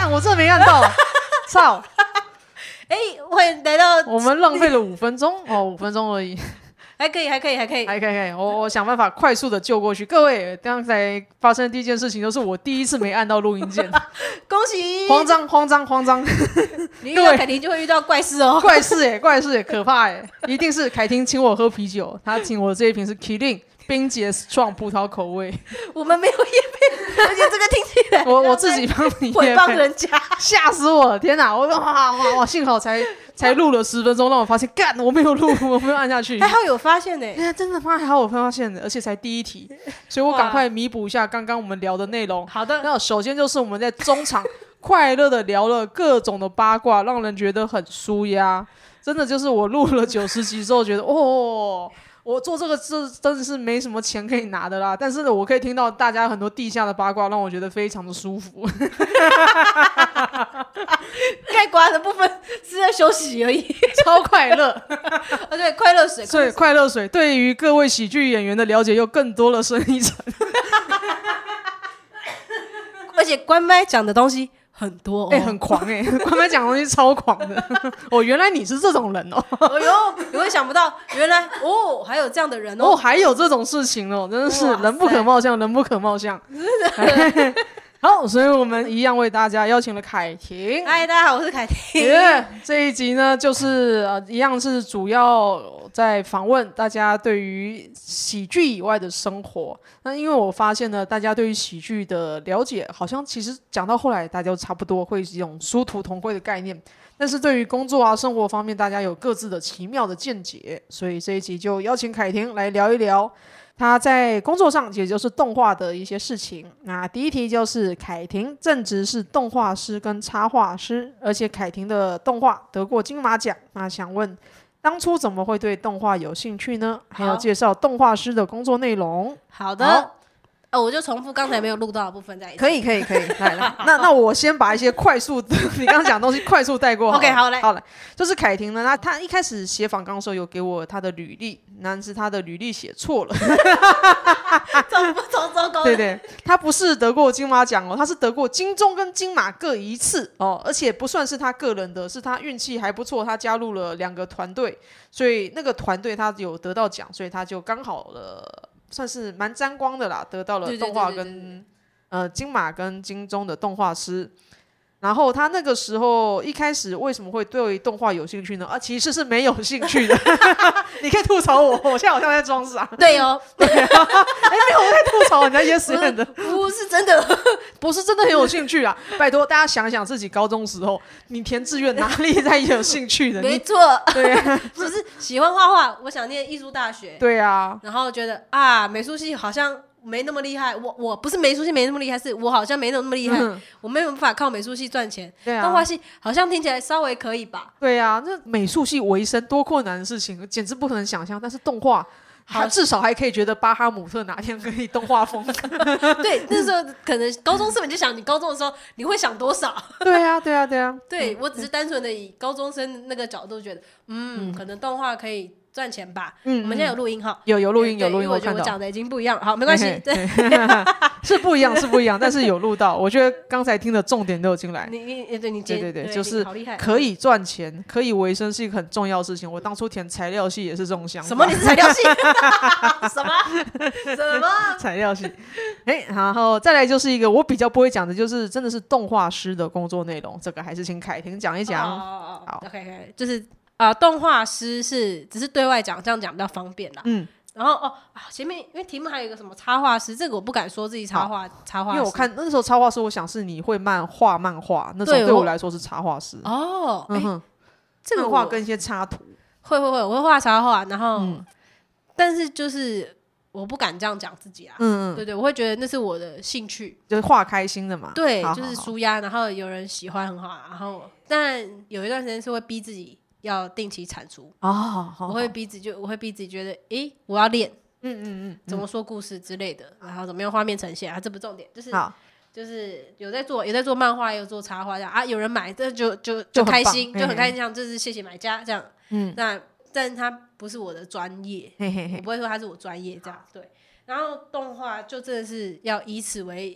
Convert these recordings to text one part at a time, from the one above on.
干，我真的没按到，操！ 欢迎来到我们浪费了5分钟哦，5分钟而已， 还可以， 我想办法快速的救过去。各位，刚才发生的第一件事情就是我第一次没按到录音键， 恭喜！ 慌张！ 你遇到凯婷就会遇到怪事哦， 怪事可怕一定是凯婷请我喝啤酒，他请我这一瓶是 Kirin 冰结 Strong 葡萄口味， 我们没有业配，而且这个听起来我自己帮你诽谤人家， 吓死我了！天哪，我哇，幸好才录了10分钟，让我发现干我没有录，我没有按下去， 还好有发现呢， 真的还好我发现的，而且才第一题，所以我赶快弥补一下刚刚我们聊的内容。 好的， 那首先就是我们在中场快乐的聊了各种的八卦，让人觉得很舒压。真的就是我录了90集之后，觉得我做这个真的是没什么钱可以拿的啦，但是呢，我可以听到大家很多地下的八卦，让我觉得非常的舒服。 该刮的部分是在休息而已， 超快乐。 对，快乐水， 所以快乐水对于各位喜剧演员的了解又更多了深一层。 而且关麦讲的东西很多很狂关麦讲的东西超狂的。原来你是这种人哦。 你会想不到原来还有这样的人哦， 还有这种事情哦，真的是人不可貌相，人不可貌相。好，所以我们一样为大家邀请了凯婷。 嗨，大家好，我是凯婷。 这一集呢，就是一样是主要在访问大家对于喜剧以外的生活。那因为我发现呢，大家对于喜剧的了解，好像其实讲到后来，大家都差不多会是一种殊途同归的概念。但是对于工作啊、生活方面，大家有各自的奇妙的见解。所以这一集就邀请凯婷来聊一聊他在工作上，也就是动画的一些事情。那第一题就是凯婷正职是动画师跟插画师，而且凯婷的动画得过金马奖。那想问，当初怎么会对动画有兴趣呢？还有介绍动画师的工作内容。 好的。我就重复刚才没有录到的部分再一次。 可以，来，那我先把一些快速的你刚刚讲的东西快速带过。 OK， 好嘞， 就是凯婷呢，他一开始写访纲的时候有给我他的履历，但是他的履历写错了。 糟糕。 对，他不是得过金马奖哦，他是得过金钟跟金马各1次哦，而且不算是他个人的，是他运气还不错，他加入了2个团队，所以那个团队他有得到奖，所以他就刚好算是蛮沾光的啦，得到了动画跟金马跟金钟的动画师。然后他那个时候一开始为什么会对动画有兴趣呢？其实是没有兴趣的。你可以吐槽我现在好像在装傻。 对哦， 没有，我在吐槽人家yes man的， 不是真的， 不是真的很有兴趣啊！拜托大家想想自己高中时候，你填志愿哪里在有兴趣的？ 没错， 对啊， 就是喜欢画画，我想念艺术大学。 对啊， 然后觉得美术系好像没那么厉害，我不是美术系没那么厉害，是我好像没那么厉害，我没有办法靠美术系赚钱。 对啊， 动画系好像听起来稍微可以吧？ 对啊，那美术系维生多困难的事情，简直不可能想象。但是动画，他至少还可以觉得巴哈姆特哪天可以动画风。 对，那时候可能高中生你就想，你高中的时候你会想多少？ 对啊。 对，我只是单纯的以高中生那个角度觉得，可能动画可以赚钱吧。我们现在有录音哈， 有录音， 我觉得我讲的已经不一样了。好，没关系，对， 是不一样，但是有录到。我觉得刚才听的重点都有进来。 你对，就是可以赚钱，可以维生是一个很重要的事情。我当初填材料系也是这种想法。 什么？你是材料系？什么材料系？然后再来就是一个我比较不会讲的，就是真的是动画师的工作内容。这个还是请凯婷讲一讲。 好 ，OK， 就是动画师只是对外讲，这样讲比较方便啦。然后前面因为题目还有一个什么插画师，这个我不敢说自己插画师， 因为我看那时候插画师，我想是你会漫画，那时候对我来说是插画师。这个画跟一些插图， 会，我会画插画，然后但是就是我不敢这样讲自己啊。对，我会觉得那是我的兴趣， 就是画开心的嘛。 对，就是抒压，然后有人喜欢很好，然后但有一段时间是会逼自己要定期产出我会逼自己觉得我要练怎么说故事之类的，然后怎么用画面呈现这不重点，就是有在做漫画，也有做插画这样有人买这就开心，就很开心，这样就是谢谢买家这样。但是它不是我的专业，我不会说它是我专业这样。对，然后动画就真的是要以此为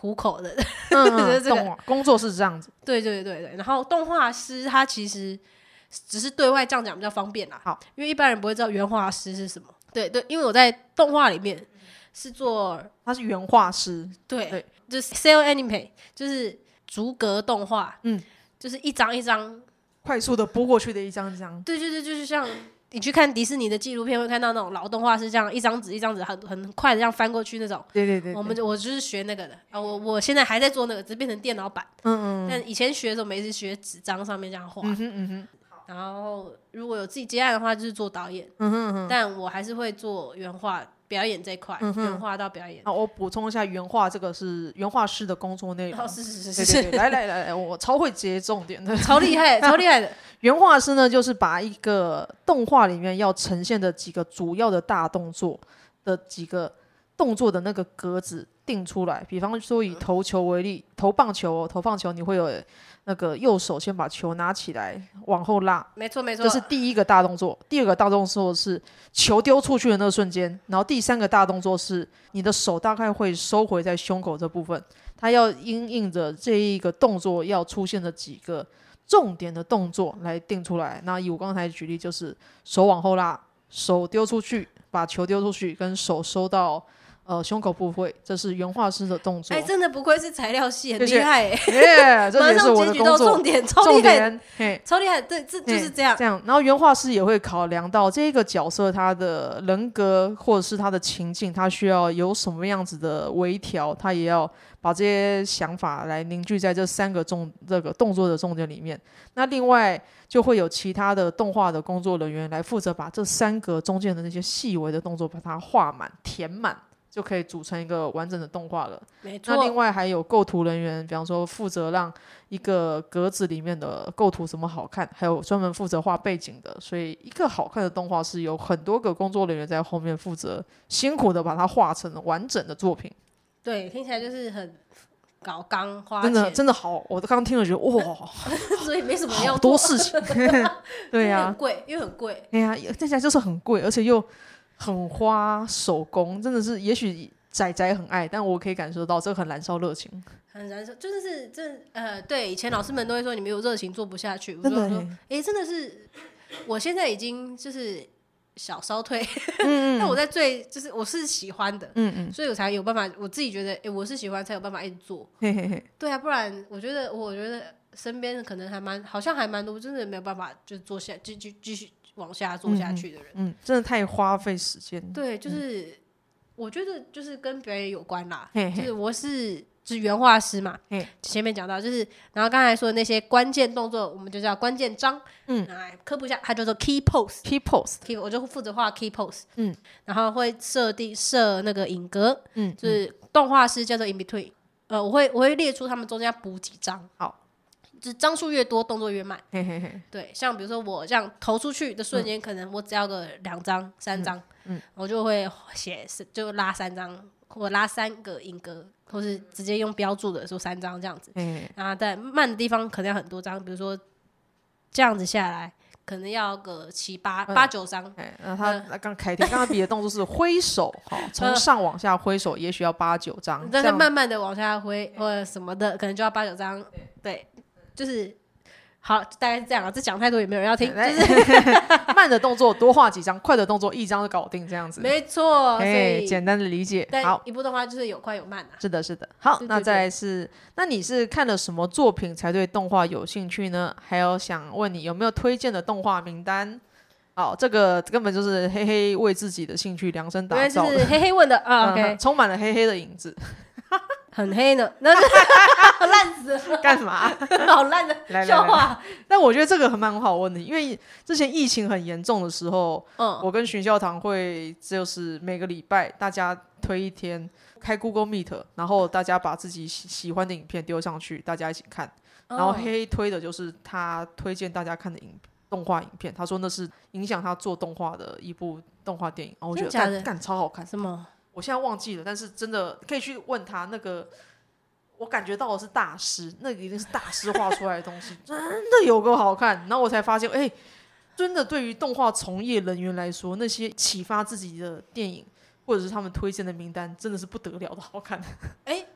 糊口的。 工作是这样子。 对，然后动画师他其实只是对外这样讲比较方便啦。 好， 因为一般人不会知道原画师是什么。对，因为我在动画里面是做， 他是原画师。 对，就是 cel anime， 就是逐格动画。就是一张一张快速的拨过去的一张一张。 对，就是像你去看迪士尼的纪录片，会看到那种老动画是这样一张纸一张纸很快的这样翻过去那种。 对， 我就是学那个的啊，我现在还在做那个，只是变成电脑版。但以前学的时候，每次学纸张上面这样画。然后如果有自己接案的话，就是做导演。但我还是会做原画表演这一块，原画到表演。 我补充一下，原画这个是原画师的工作内容。 是， 来，我超会接重点的， 超厉害的。 原画师呢，就是把一个动画里面要呈现的几个主要的大动作的几个动作的那个格子定出来。比方说以投球为例，投棒球你会有那个右手先把球拿起来往后拉， 没错， 这是第一个大动作。第二个大动作是球丢出去的那个瞬间，然后第三个大动作是你的手大概会收回在胸口这部分，它要因应着这一个动作要出现的几个重点的动作来定出来。那以我刚才举例，就是手往后拉，手丢出去，把球丢出去，跟手收到胸口部位，这是原画师的动作。 真的不愧是材料系，很厉害这也是我的工作重点，超厉害，超厉害。对，这就是这样。 然后原画师也会考量到这个角色他的人格或者是他的情境，他需要有什么样子的微调，他也要把这些想法来凝聚在这三个这个动作的重点里面。那另外就会有其他的动画的工作人员来负责把这三个中间的那些细微的动作把它画满填满，就可以组成一个完整的动画了。 没错。 那另外还有构图人员，比方说负责让一个格子里面的构图怎么好看，还有专门负责画背景的。所以一个好看的动画是有很多个工作人员在后面负责辛苦的把它画成完整的作品。 对，听起来就是很搞刚花钱， 真的好。我刚刚听了觉得哇， 所以没什么要做好多事情。对呀， 很贵，因为很贵。 哎呀，听起来就是很贵，而且又很花手工，真的是，也许宅很爱，但我可以感受到这很燃烧热情， 很燃烧，就是对，以前老师们都会说你没有热情做不下去， 真的， 真的是，我现在已经就是小烧退，但我在就是我是喜欢的，所以我才有办法，我自己觉得，我是喜欢才有办法一直做，对啊，不然我觉得身边可能好像还蛮多，真的没有办法就做下继续往下做下去的人， 真的太花费时间。 对，就是我觉得就是跟表演有关啦，就是我是原画师嘛，前面讲到就是，然后刚才说的那些关键动作，我们就叫关键章，来科普一下，它叫做 key pose， 我就负责画 key pose，然后会设那个影格，就是动画师叫做 in between，我会列出他们中间要补几张，好。就是张数越多，动作越慢。对，像比如说我这样投出去的瞬间，可能我只要个2张、3张，我就会就拉3张，或拉3个影格，或是直接用标注的说3张这样子。然后在慢的地方可能要很多张，比如说这样子下来，可能要个7、8、9张。 他刚刚比的动作是挥手，从上往下挥手，也许要8、9张。 但是慢慢的往下挥或者什么的，可能就要8、9张。对。就是好，大概是这样啊。这讲太多也没有人要听，就是慢的动作多画几张，快的动作1张就搞定，这样子。 没错，所以简单的理解。好， 一部动画就是有快有慢啊。 是的。好，那再来是，那你是看了什么作品才对动画有兴趣呢？还有想问你有没有推荐的动画名单？这个根本就是黑黑为自己的兴趣量身打造的， 就是黑黑问的啊，OK， 充满了黑黑的影子。 很黑呢，那烂死了， 干嘛？ 好烂的笑话。 但我觉得这个还蛮好问的，因为之前疫情很严重的时候，我跟学校堂会就是每个礼拜大家推一天，开 Google Meet， 然后大家把自己喜欢的影片丢上去，大家一起看。然后黑黑推的就是他推荐大家看的动画影片，他说那是影响他做动画的一部动画电影。然后我觉得干超好看。 什么？ 我现在忘记了，但是真的可以去问他那个，我感觉到的是大师，那一定是大师画出来的东西，真的有够好看。然后我才发现，真的对于动画从业人员来说，那些启发自己的电影或者是他们推荐的名单，真的是不得了的好看。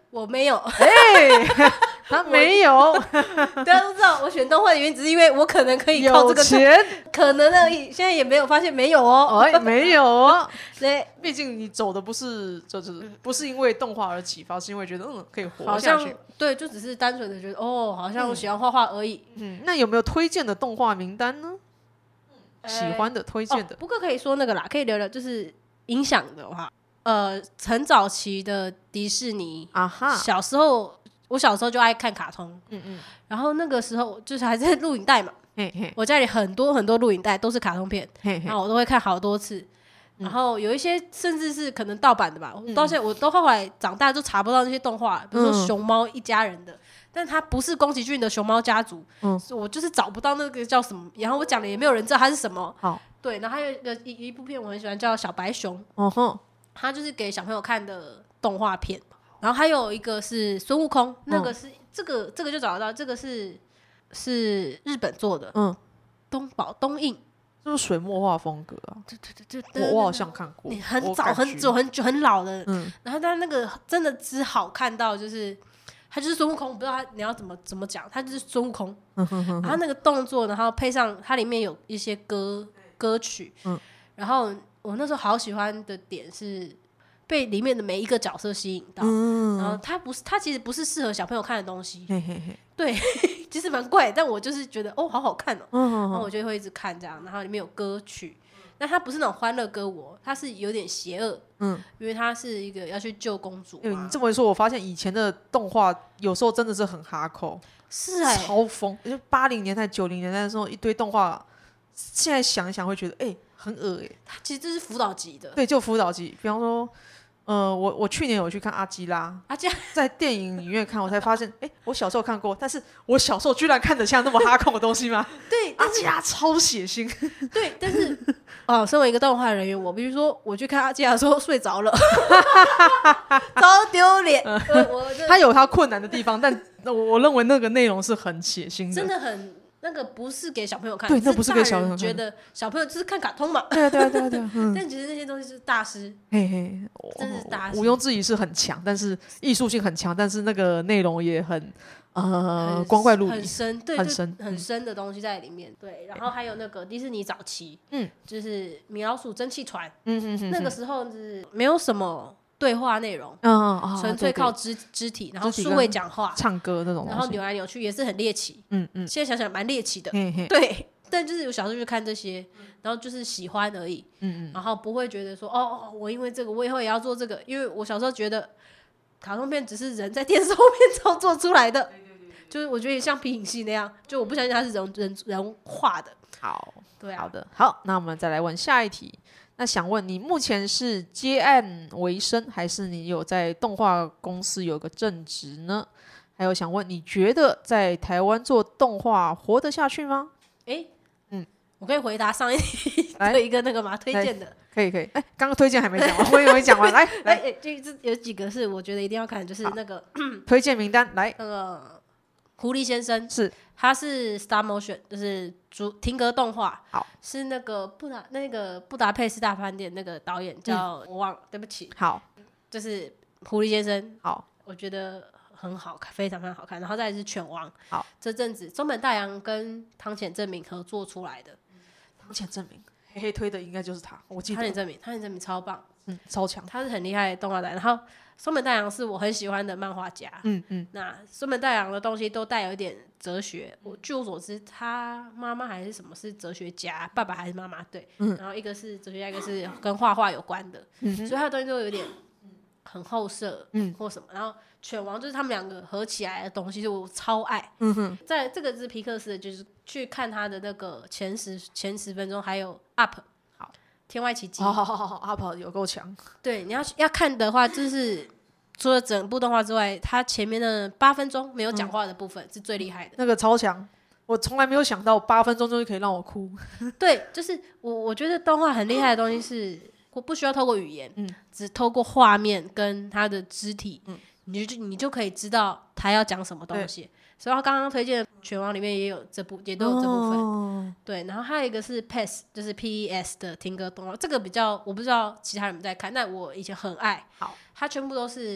我没有， 他没有， 大家都知道我选动画的原因，只是因为我可能可以靠这个有钱， 可能而已。现在也没有发现没有哦， 没有哦。 对， 毕竟你走的不是因为动画而启发，是因为觉得可以活好下去。 像对，就只是单纯的觉得好像我喜欢画画而已。 那有没有推荐的动画名单呢？喜欢的推荐的， 不过可以说那个啦，可以聊聊就是影响的话，很早期的迪士尼啊哈，我小时候就爱看卡通，然后那个时候就是还在录影带嘛，我家里很多很多录影带都是卡通片，然后我都会看好多次，然后有一些甚至是可能盗版的吧，到现在我都后来长大就查不到那些动画，比如说熊猫一家人的，但它不是宫崎骏的熊猫家族，我就是找不到那个叫什么，然后我讲了也没有人知道它是什么，对，然后还有一部片我很喜欢叫小白熊，它就是给小朋友看的动画片。然后还有一个是孙悟空，那个是这个就找得到，这个是日本做的，东映， 就是水墨画风格啊。 对， 我好像看过， 很早很久很久很老的，然后他那个真的之好看到就是他就是孙悟空，我不知道你要怎么讲，他就是孙悟空，然后那个动作，然后配上它里面有一些歌曲，然后我那时候好喜欢的点是。被里面的每一个角色吸引到，然后它其实不是适合小朋友看的东西，对，其实蛮怪，但我就是觉得好好看哦，然后我就会一直看这样，然后里面有歌曲，但它不是那种欢乐歌舞，它是有点邪恶，因为它是一个要去救公主。 你这么一说，我发现以前的动画有时候真的是很哈扣， 是超疯，就80年代、90年代的时候一堆动画，现在想一想会觉得很恶它其实这是辅导级的， 对，就辅导级，比方说。我去年有去看阿基拉，在电影影院看，我才发现，我小时候看过，但是我小时候居然看得像那么哈控的东西吗？ 对， 阿基拉超血腥。 对，但是身为一个动画人员，我比如说我去看阿基拉的时候睡着了，超丢脸。 他有他困难的地方，但我认为那个内容是很血腥的， 真的很。那个不是给小朋友看， 对，那不是给小朋友看， 觉得小朋友就是看卡通嘛。 对。 但其实那些东西是大师，真是大师。 毋庸置疑是很强，但是艺术性很强，但是那个内容也很光怪陆离， 很深，对，很深的东西在里面。对，然后还有那个迪士尼早期，就是米老鼠蒸汽船，那个时候是没有什么。对话内容，纯粹靠肢体，然后数位讲话、 唱歌那种， 然后扭来扭去也是很猎奇。现在想想蛮猎奇的，对。但就是我小时候就看这些，然后就是喜欢而已。然后不会觉得说我因为这个我以后也要做这个，因为我小时候觉得卡通片只是人在电视后面操作出来的，就是我觉得像皮影戏那样，就我不相信它是人画的。 好， 对啊， 好的，好，那我们再来问下一题。那想问你目前是接案为生，还是你有在动画公司有个正职呢？还有想问你觉得在台湾做动画活得下去吗？ 我可以回答上一题的一个那个吗？推荐的， 可以。刚刚推荐还没讲完，我以为讲完。来， 这有几个是我觉得一定要看，就是那个推荐名单来。 那个狐狸先生他是 Star Motion， 就是停格动画，是那个布达佩斯大饭店那个导演叫我忘了，对不起。 好， 就是狐狸先生， 好， 我觉得很好看，非常非常好看。然后再来是犬王， 好， 这阵子中本大洋跟汤浅政明合作出来的。 汤浅政明，黑黑推的应该就是他，我记得。 汤浅政明超棒， 超强， 他是很厉害的动画导演。然后松本大洋是我很喜欢的漫画家，那松本大洋的东西都带有一点哲学。据我所知，他妈妈还是什么是哲学家，爸爸还是妈妈，对，然后一个是哲学家，一个是跟画画有关的，所以他的东西都有点很后设，或什么。然后犬王就是他们两个合起来的东西，就我超爱。在这个是皮克斯的，就是去看他的那个前10分钟，还有 Up。天外奇迹， 好，阿跑有够强。 对，你要看的话，就是除了整部动画之外，它前面的8分钟没有讲话的部分是最厉害的。 那个超强，我从来没有想到8分钟就可以让我哭。 对，就是我觉得动画很厉害的东西是，我不需要透过语言，只透过画面跟他的肢体，你就可以知道他要讲什么东西。所以他刚刚推荐的犬王里面也都有这部分，对。然后还有一个是 PES， 就是 PES 的停格动画，这个比较我不知道其他人在看，但我以前很爱。好，它全部都是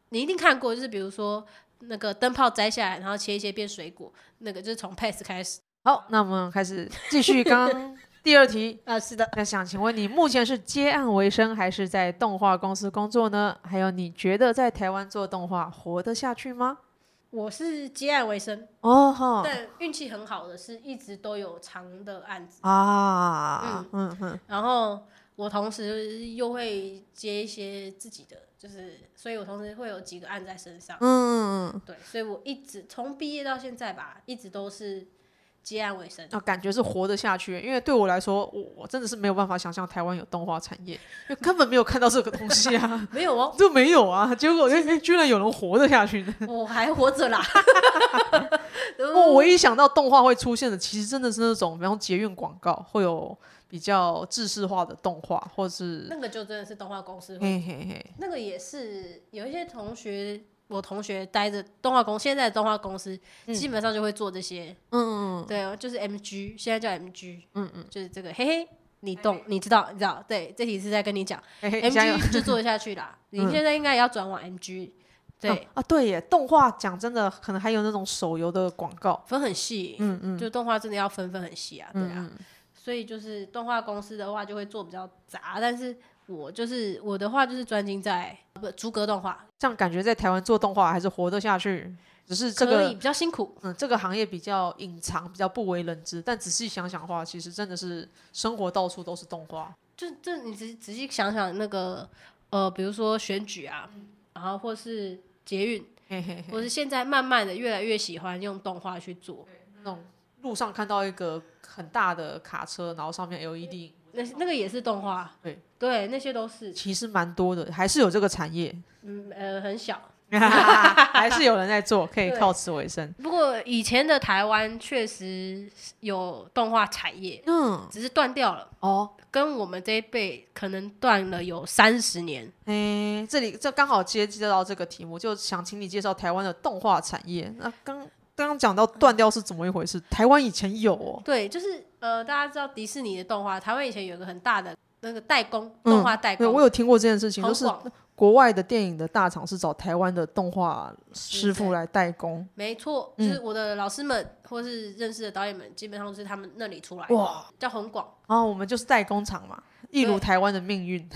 你一定看过，就是比如说那个灯泡摘下来，然后切一切变水果，那个就是从 PES 开始。 好，那我们开始继续刚刚第二题啊，是的。 那想请问你目前是接案为生，还是在动画公司工作呢？还有你觉得在台湾做动画活得下去吗？ 我是接案为生哦， 但运气很好的是一直都有长的案子啊， 然后我同时又会接一些自己的，就是所以我同时会有几个案在身上，对，所以我一直从毕业到现在吧，一直都是接案为生， 感觉是活得下去。因为对我来说，我真的是没有办法想象台湾有动画产业，因为根本没有看到这个东西啊。 没有哦， 就没有啊。结果居然有人活得下去呢。 我还活着啦。 我唯一想到动画会出现的，其实真的是那种，比方捷运广告会有比较制式化的动画，或是那个就真的是动画公司会。那个也是有一些我同学待着动画公司，现在的动画公司基本上就会做这些，对，就是 MG， 现在叫 MG，就是这个，嘿嘿，你懂，你知道，对，这题是在跟你讲，MG 就做得下去啦，你现在应该也要转往 MG， 对对耶，动画讲真的，可能还有那种手游的广告， 分很细，就动画真的要分很细啊，对啊，所以就是动画公司的话就会做比较杂，但是我的话就是专精在逐格动画， 这样感觉在台湾做动画还是活得下去，只是这个可以比较辛苦， 这个行业比较隐藏，比较不为人知。但仔细想想的话，其实真的是生活到处都是动画。 就你仔细想想那个比如说选举啊，然后或是捷运，或是现在慢慢的越来越喜欢用动画去做那种路上看到一个很大的卡车，然后上面 LED。 那个也是动画，对，那些都是， 其实蛮多的，还是有这个产业， 很小， 还是有人在做，可以靠此为生。 不过以前的台湾确实有动画产业，只是断掉了跟我们这一辈可能断了有30年。 这刚好接到这个题目，就想请你介绍台湾的动画产业。那刚刚讲到断掉是怎么一回事？台湾以前有对，就是大家知道迪士尼的动画，台湾以前有一个很大的那个代工，动画代工， 我有听过这件事情，就是国外的电影的大厂是找台湾的动画师傅来代工。 没错，就是我的老师们或是认识的导演们，基本上都是他们那里出来的，叫宏广。 我们就是代工厂嘛，一如台湾的命运。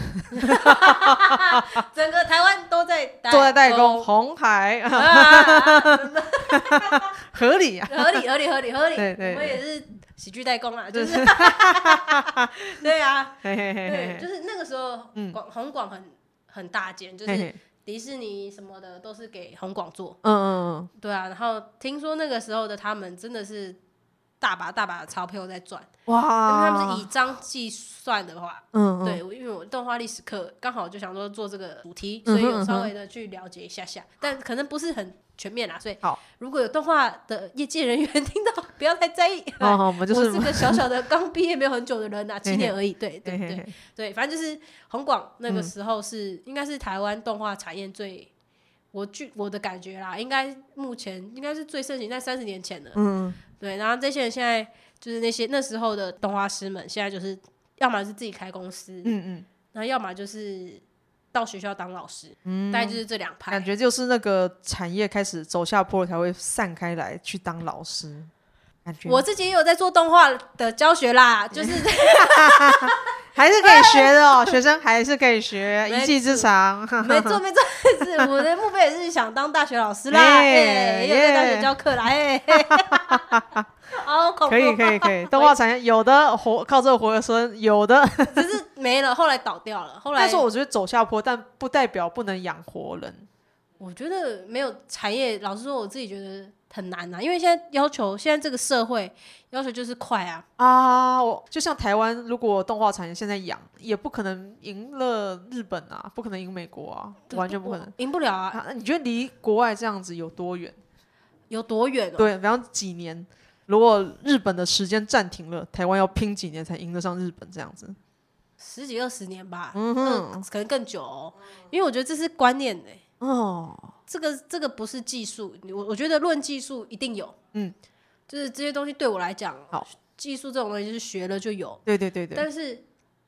整个台湾都在代工，红海，合理啊， 合理。 对， 我们也是喜剧代工啦，就是对啊，对，就是那个时候宏广很大间，就是迪士尼什么的都是给宏广做，对啊，然后听说那个时候的他们真的是大把的钞票在赚，因为他们是以张计算的话，对，因为我动画历史课刚好就想说做这个主题，所以有稍微的去了解一下，但可能不是很全面啦，所以如果有动画的业界人员听到，不要太在意，我是个小小的刚毕业没有很久的人7年而已，对，反正就是宏广那个时候应该是台湾动画产业最，我的感觉啦，应该目前应该是最盛行在30年前的，对，然后这些人现在就是那时候的动画师们，现在就是要么是自己开公司，然后要么就是到学校当老师，大概就是这两派。 感觉就是那个产业开始走下坡才会散开来去当老师。感觉我自己也有在做动画的教学啦，就是还是可以学的学生还是可以学，一技之长。 没错，是我的目标也是想当大学老师啦，也有在大学教课啦，好恐怖。 可以，动画产业有的靠这个活生，有的只是没了，后来倒掉了。后来但是我觉得走下坡，但不代表不能养活人。 我觉得没有产业，老实说，我自己觉得很难啊，因为现在这个社会要求就是快就像台湾，如果动画产业现在养，也不可能赢了日本啊，不可能赢美国啊，完全不可能， 赢不了啊。 你觉得离国外这样子有多远？ 有多远？ 对，比方几年，如果日本的时间暂停了，台湾要拼几年才赢得上日本这样子 ？10几20年吧，可能更久因为我觉得这是观念这个不是技术，我觉得论技术一定有，就是这些东西对我来讲，技术这种东西就是学了就有， 对。 但是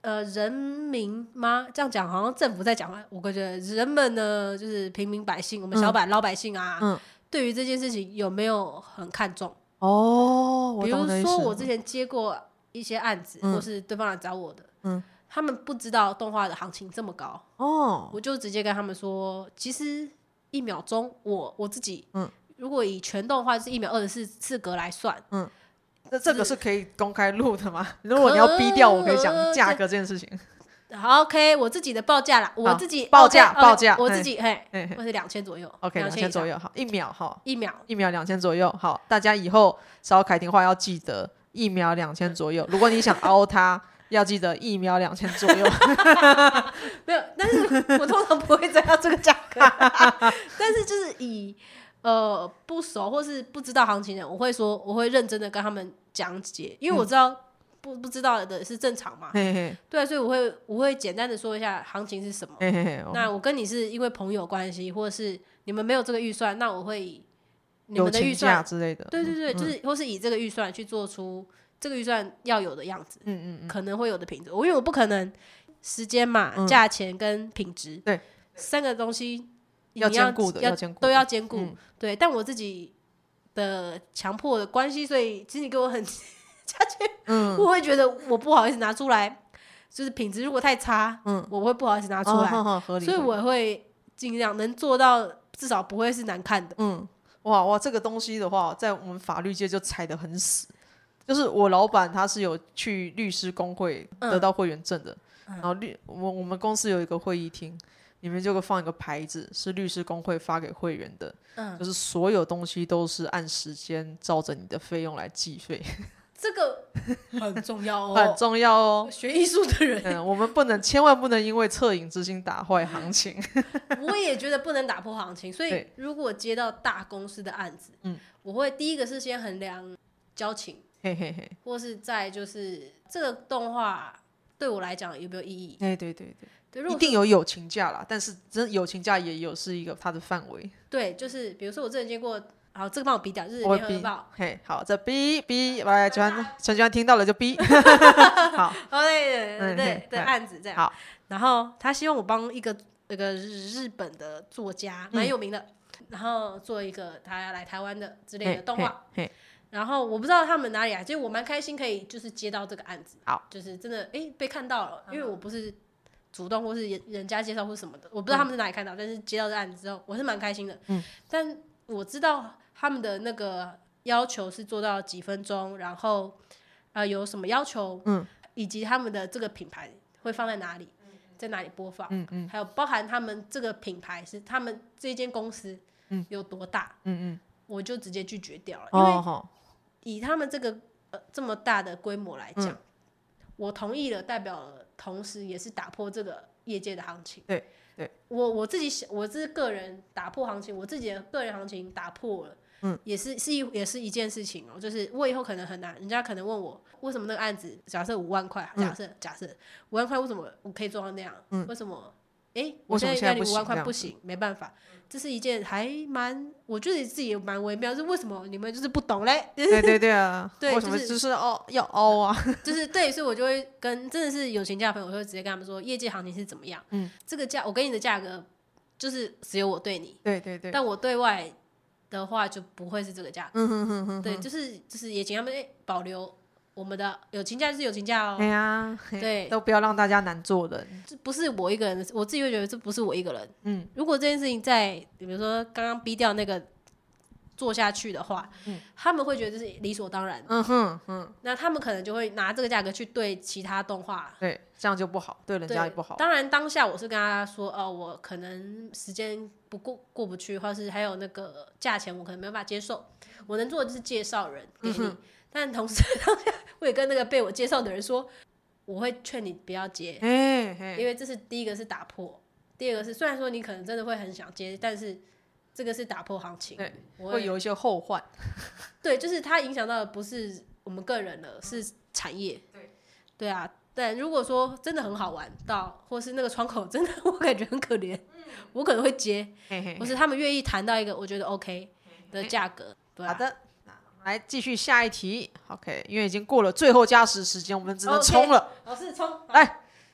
人民吗？这样讲好像政府在讲，我觉得人们呢，就是平民百姓，我们老百姓啊，对于这件事情有没有很看重？比如说我之前接过一些案子，或是对方来找我的，他们不知道动画的行情这么高，我就直接跟他们说，其实1秒钟我自己，如果以全动画是1秒24格来算， 那这个是可以公开录的吗？如果你要逼掉，我可以讲价格这件事情。 好 ，OK， 我自己的报价啦，我自己报价， 我自己或是2000左右 ，OK， 2000左右，好，1秒哈 ，1秒 2000左右，好，大家以后找凯婷话要记得1秒2000左右，如果你想凹它，要记得1秒2000左右。 没有，但是我通常不会再要这个价格，但是就是以不熟或是不知道行情的人，我会认真的跟他们讲解，因为我知道。不知道的是正常嘛？对，所以我会简单的说一下行情是什么。那我跟你是因为朋友关系，或者是你们没有这个预算，那我会以你们的预算之类的。 对，就是或是以这个预算去做出这个预算要有的样子。可能会有的品质，因为我不可能时间嘛、价钱跟品质， 对 3个东西要兼顾的， 都要兼顾。对，但我自己的强迫的关系，所以其实你给我很。价钱，我会觉得我不好意思拿出来，就是品质如果太差，我会不好意思拿出来，所以我会尽量能做到，至少不会是难看的。 哇，这个东西的话，在我们法律界就踩得很死。就是我老板他是有去律师公会得到会员证的，然后我们公司有一个会议厅，里面就会放一个牌子，是律师公会发给会员的，就是所有东西都是按时间照着你的费用来计费。 这个很重要哦， 很重要哦。 学艺术的人， 我们千万不能因为恻隐之心打坏行情。 我也觉得不能打破行情，所以如果接到大公司的案子，我会第一个是先衡量交情，或是再就是这个动画对我来讲有没有意义。对，一定有友情价啦，但是真友情价也有是一个它的范围。 对，就是比如说我之前接过。好，这个帮我逼掉，就是联合报。 好，这逼，来，陈喜欢听到了就逼。好， 对，案子这样。 好， 然后他希望我帮一个日本的作家，蛮有名的，然后做一个他要来台湾的之类的动画。然后我不知道他们哪里来，其实我蛮开心可以就是接到这个案子。 好， 就是真的被看到了，因为我不是主动或是人家介绍或什么的，我不知道他们是哪里看到，但是接到这个案子之后，我是蛮开心的。但我知道。他们的那个要求是做到几分钟，然后有什么要求，以及他们的这个品牌会放在哪里，在哪里播放，还有包含他们这个品牌是他们这间公司有多大，我就直接拒绝掉了，因为以他们这个这么大的规模来讲，我同意了，代表了同时也是打破这个业界的行情。 对， 我自己我是个人打破行情，我自己的个人行情打破了。也是一件事情哦，就是我以后可能很难，人家可能问我为什么那个案子假设5万块，假设5万块为什么我可以做到那样？为什么？我现在5万块不行，没办法，这是一件还蛮，我觉得自己也蛮微妙，是为什么你们就是不懂嘞？ 对啊，对，为什么就是要凹啊？ 就是对，所以我就会跟真的是友情价的朋友，我会直接跟他们说，业界行情是怎么样？这个价我给你的价格就是只有我对你， 对， 但我对外。的话就不会是这个价格，对，就是也请他们保留我们的友情价是友情价哦，对， 都不要让大家难做人， 这不是我一个人，我自己会觉得这不是我一个人，如果这件事情在比如说刚刚逼掉那个做下去的话，他们会觉得这是理所当然，那他们可能就会拿这个价格去对其他动画， 对，这样就不好，对人家也不好。 当然当下我是跟他说，我可能时间过不去，或是还有那个价钱我可能没有办法接受，我能做的就是介绍人给你，但同时当下我也跟那个被我介绍的人说，我会劝你不要接，因为这是第一个是打破，第二个是虽然说你可能真的会很想接，但是这个是打破行情， 对，会有一些后患。 对，就是它影响到的不是我们个人了，是产业。对啊。但如果说真的很好玩到，或是那个窗口真的我感觉很可怜，我可能会接，或是他们愿意谈到一个我觉得 OK 的价格。对啊， 好的，来继续下一题。OK， 因为已经过了最后加时时间，我们只能冲了。 老师冲来。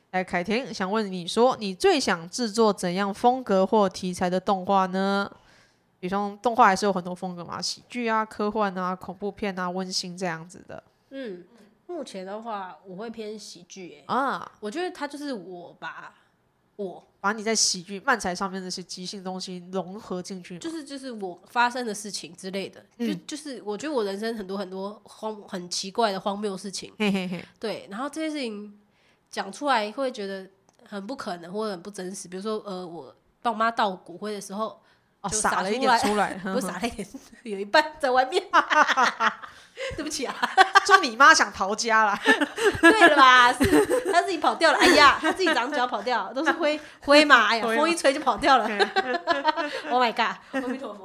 来，凯婷想问你说，你最想制作怎样风格或题材的动画呢？比如说动画还是有很多风格嘛，喜剧啊、科幻啊、恐怖片啊、温馨这样子的。 目前的话我会偏喜剧我觉得它就是我把你在喜剧漫才上面那些即兴东西融合进去， 就是我发生的事情之类的，就是我觉得我人生很多很多很奇怪的荒谬事情，对，然后这些事情讲出来会觉得很不可能或者很不真实，比如说我帮我妈倒骨灰的时候，就撒了一点出来， 不是撒了一点，有一半在外面，对不起啊， 说你妈想逃家啦， 对了吧？是她自己跑掉了，哎呀，她自己长脚跑掉，都是灰嘛，哎呀，风一吹就跑掉了，Oh my god， 阿弥陀佛，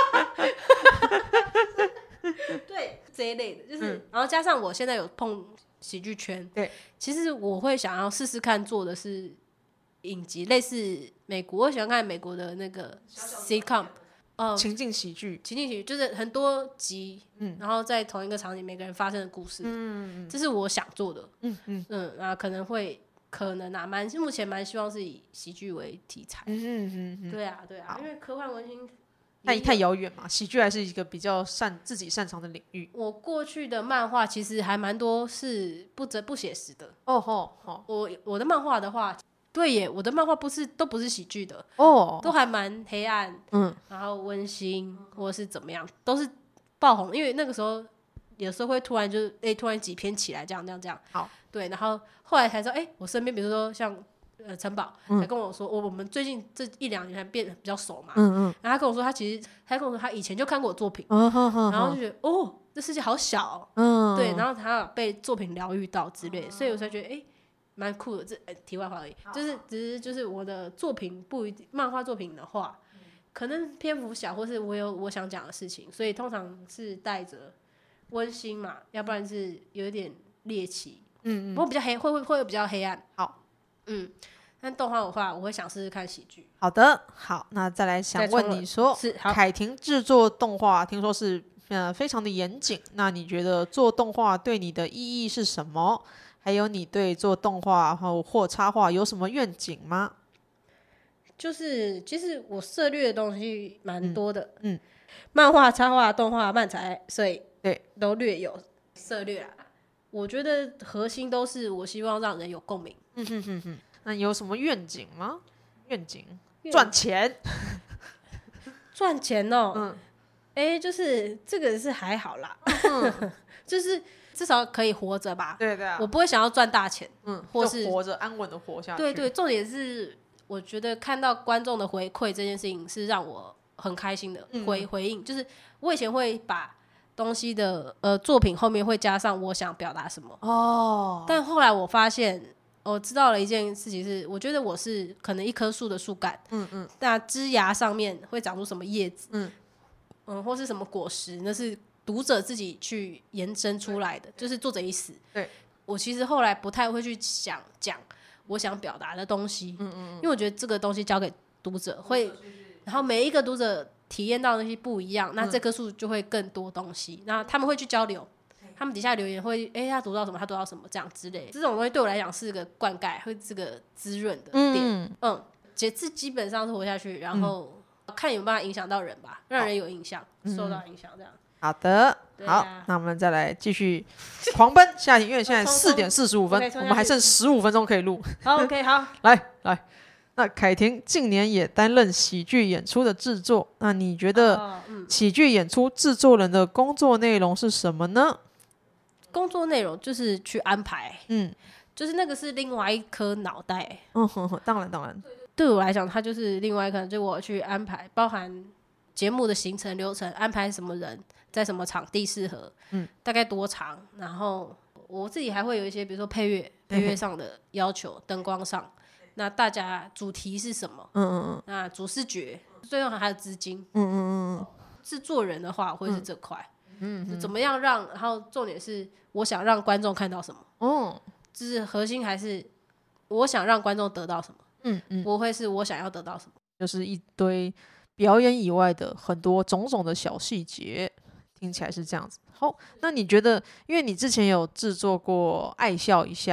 对这一类的，就是，然后加上我现在有碰喜剧圈， 对， 其实我会想要试试看做的是影集，类似美国，我喜欢看美国的那个 sitcom。 情境喜剧就是很多集，然后在同一个场景每个人发生的故事，这是我想做的，可能啊，目前蛮希望是以喜剧为题材，对啊，因为科幻温馨太遥远嘛，喜剧还是一个比较自己擅长的领域。 我过去的漫画其实还蛮多是不写实的，我的漫画的话。对耶，我的漫画都不是喜剧的都还蛮黑暗，然后温馨或者是怎么样，都是爆红，因为那个时候有时候会突然突然几篇起来这样， 好， 对，然后后来才说我身边比如说像陈宝才跟我说，我们最近这1-2年才变得比较熟嘛，然后他跟我说他以前就看过我作品，然后就觉得这世界好小对，然后他有被作品疗愈到之类，所以我才觉得蛮酷的，这题外话而已，就是我的作品不一定，漫画作品的话，可能篇幅小，或是我有我想讲的事情，所以通常是带着温馨嘛，要不然是有一点猎奇，不过比较会比较黑暗。 好， 但动画的话，我会想试试看喜剧。 好的，好，那再来想问你说，凯婷制作动画，听说是非常的严谨，那你觉得做动画对你的意义是什么？还有你对做动画或插画有什么愿景吗？ 就是其实我涉猎的东西蛮多的，漫画、插画、动画、漫才、摄影，对，都略有涉猎啦。我觉得核心都是我希望让人有共鸣。 那你有什么愿景吗？愿景赚钱， 赚钱哦。就是这个是还好啦，就是至少可以活着吧。 对啊， 我不会想要赚大钱，或是就活着安稳的活下去。 对，重点是我觉得看到观众的回馈这件事情是让我很开心的回应，就是我以前会把东西的作品后面会加上我想表达什么但后来我发现我知道了一件事情是，我觉得我是可能一棵树的树干，那枝芽上面会长出什么叶子，或是什么果实，那是读者自己去延伸出来的，就是作者已死。 对， 我其实后来不太会去想讲我想表达的东西，因为我觉得这个东西交给读者会，然后每一个读者体验到的东西不一样，那这棵树就会更多东西，那他们会去交流，他们底下留言会他读到什么，他读到什么这样之类的，这种东西对我来讲是个灌溉，会是个滋润的点，基本上是活下去，然后看有没有办法影响到人吧，让人有影响，受到影响这样。 好的，好，那我们再来继续狂奔下题，因为现在4点45分，我们还剩15分钟可以录。 好 ，OK， 好， 来，那凯婷近年也担任喜剧演出的制作，那你觉得喜剧演出制作人的工作内容是什么呢？ 工作内容就是去安排，就是那个是另外一颗脑袋， 当然， 对我来讲，它就是另外一颗，就我去安排，包含节目的行程流程，安排什么人在什么场地适合，大概多长，然后我自己还会有一些，比如说配乐上的要求，灯光上，那大家主题是什么，那主视觉，最后还有资金，制作人的话会是这块，怎么样让，然后重点是我想让观众看到什么，就是核心还是我想让观众得到什么，不会是我想要得到什么， 就是一堆表演以外的很多种种的小细节，听起来是这样子。好，那你觉得，因为你之前有制作过《爱笑一下》，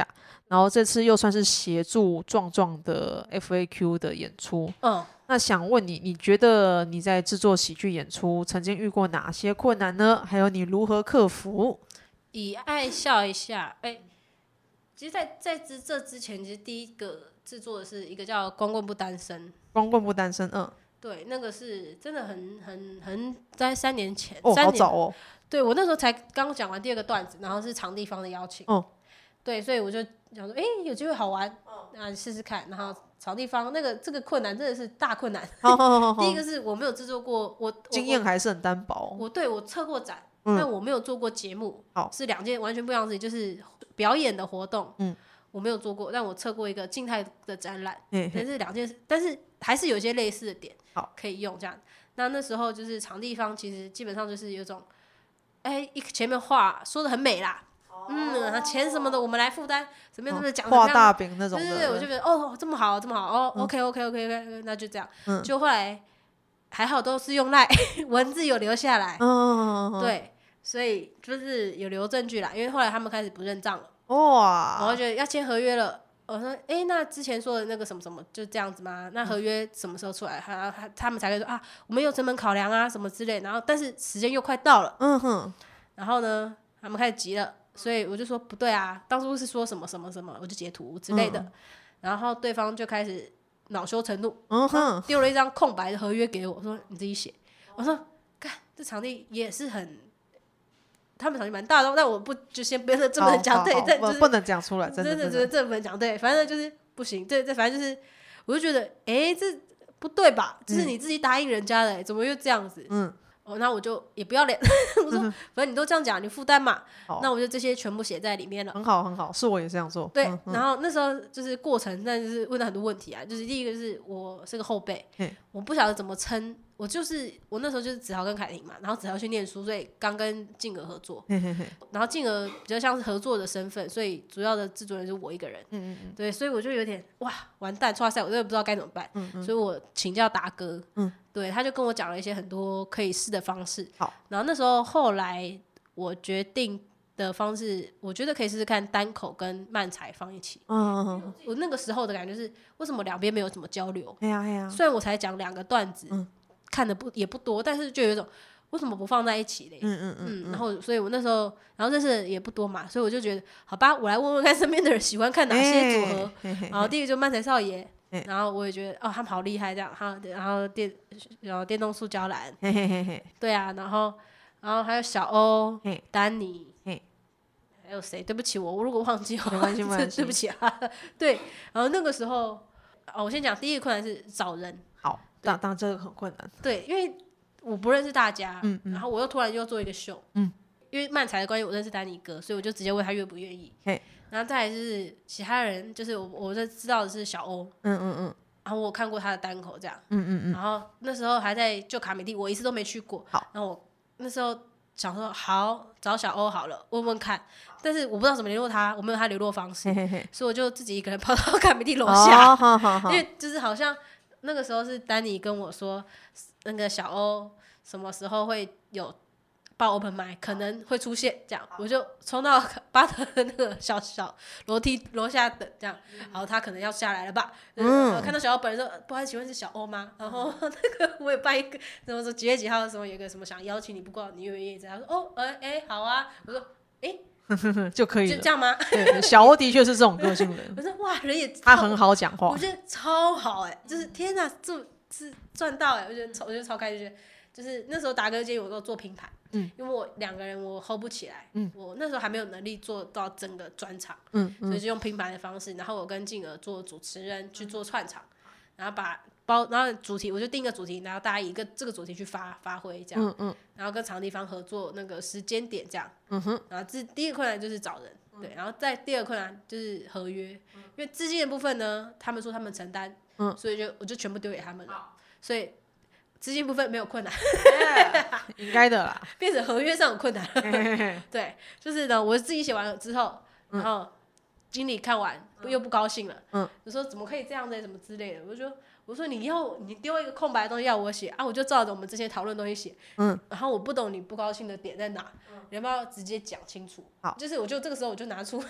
然后这次又算是协助壮壮的 FAQ 的演出。那想问你，你觉得你在制作喜剧演出曾经遇过哪些困难呢？还有你如何克服？ 以爱笑一下，其实在这之前，其实第一个制作的是一个叫光棍不单身。 光棍不单身， 对，那个是真的很在3年前， 好早哦。 对，我那时候才刚讲完第2个段子，然后是场地方的邀请。对，所以我就想说，有机会好玩，试试看。然后场地方这个困难真的是大困难。第一个是我没有制作过，我经验还是很单薄。 我测过展，但我没有做过节目，是2件完全不一样的事情，就是表演的活动。我没有做过，但我测过一个静态的展览，但是2件事，但是还是有一些类似的点可以用这样。那时候就是场地方，其实基本上就是有种，前面话说的很美啦。钱什么的我们来负担，怎么样讲画大饼那种的。 对，我就觉得这么好，OK， 那就这样。就后来还好都是用赖文字有留下来。对，所以就是有留证据啦，因为后来他们开始不认账了。哇！我觉得要签合约了。我说，那之前说的那个什么什么就这样子吗？那合约什么时候出来？他们才会说我们有成本考量啊什么之类。然后但是时间又快到了。然后呢，他们开始急了。所以我就说不对啊，当初是说什么什么什么，我就截图之类的。然后对方就开始恼羞成怒，丢了一张空白的合约给我，说你自己写。我说干，这场地也是他们场地蛮大的，但我就先不能这么讲，对，但就是不能讲出来，真的这不能讲，对，反正就是不行，对，反正就是，我就觉得这不对吧？这是你自己答应人家的，怎么又这样子？那我就也不要脸，我说反正你都这样讲，你负担嘛，那我就这些全部写在里面了。 很好很好，是我也这样做。 对，然后那时候就是过程，但就是问了很多问题啊，就是第一个是我是个后辈，我不晓得怎么称，我那时候就是子豪跟凯婷嘛，然后子豪去念书，所以刚跟静儿合作，然后静儿比较像是合作的身份，所以主要的制作人是我一个人。对，所以我就有点哇完蛋，唰塞，我真的不知道该怎么办。所以我请教达哥。对，他就跟我讲了一些很多可以试的方式。然后那时候后来我决定的方式，我觉得可以试试看单口跟漫才放一起。我那个时候的感觉是，为什么两边没有怎么交流？虽然我才讲2个段子，看的也不多，但是就有一种为什么不放在一起嘞？然后所以我那时候，然后认识的也不多嘛，所以我就觉得好吧，我来问问看身边的人喜欢看哪些组合。然后第一个就漫才少爷。然后我也觉得他们好厉害这样，然后电动塑胶篮，对啊，然后还有小欧、丹尼，还有谁？对不起，我如果忘记没关系， 对不起啊。对，然后那个时候，我先讲第一个困难是找人。 好，当这个很困难。 对，因为我不认识大家，然后我又突然又做一个秀，因为漫才的关系，我认识丹尼哥，所以我就直接问他愿不愿意。然后再来就是其他人，就是我就知道的是小欧，然后我看过他的单口这样，然后那时候还在旧卡米蒂，我一次都没去过。然后我那时候想说好找小欧好了，问问看，但是我不知道怎么联络他，我没有他联络方式，所以我就自己一个人跑到卡米蒂楼下，因为就是好像那个时候是丹尼跟我说，那个小欧什么时候会有报 open mic 可能会出现，这样我就冲到巴特的那个小楼梯楼下等，这样，然后他可能要下来了吧，看到小欧本人说不好意思，请问是小欧吗？然后那个我也办一个什么说几月几号的时候有一个什么想邀请你，不过你愿不愿意？他说好啊，我说就可以了， 就这样吗？ 对，小欧的确是这种个性人。 我说哇，人也他很好讲话， 我觉得超好就是天哪，是赚到我觉得超开心，就是那时候达哥建议我给我做拼盘，因为我2个人我 hold 不起来，我那时候还没有能力做到整个专场，所以就用拼盘的方式，然后我跟静儿做主持人去做串场，然后然后主题我就定一个主题，然后大家以这个主题去发挥这样，然后跟场地方合作那个时间点这样，然后第一个困难就是找人，对，然后再第2个困难就是合约，因为资金的部分呢，他们说他们承担，所以我就全部丢给他们了，所以资金部分没有困难， 应该的啦， 变成合约上有困难对，就是呢，我自己写完了之后，然后经理看完又不高兴了，就说怎么可以这样子什么之类的，我说你丢一个空白的东西要我写啊，我就照着我们之前讨论的东西写，然后我不懂你不高兴的点在哪，你要不要直接讲清楚？好，就是我就这个时候我就拿出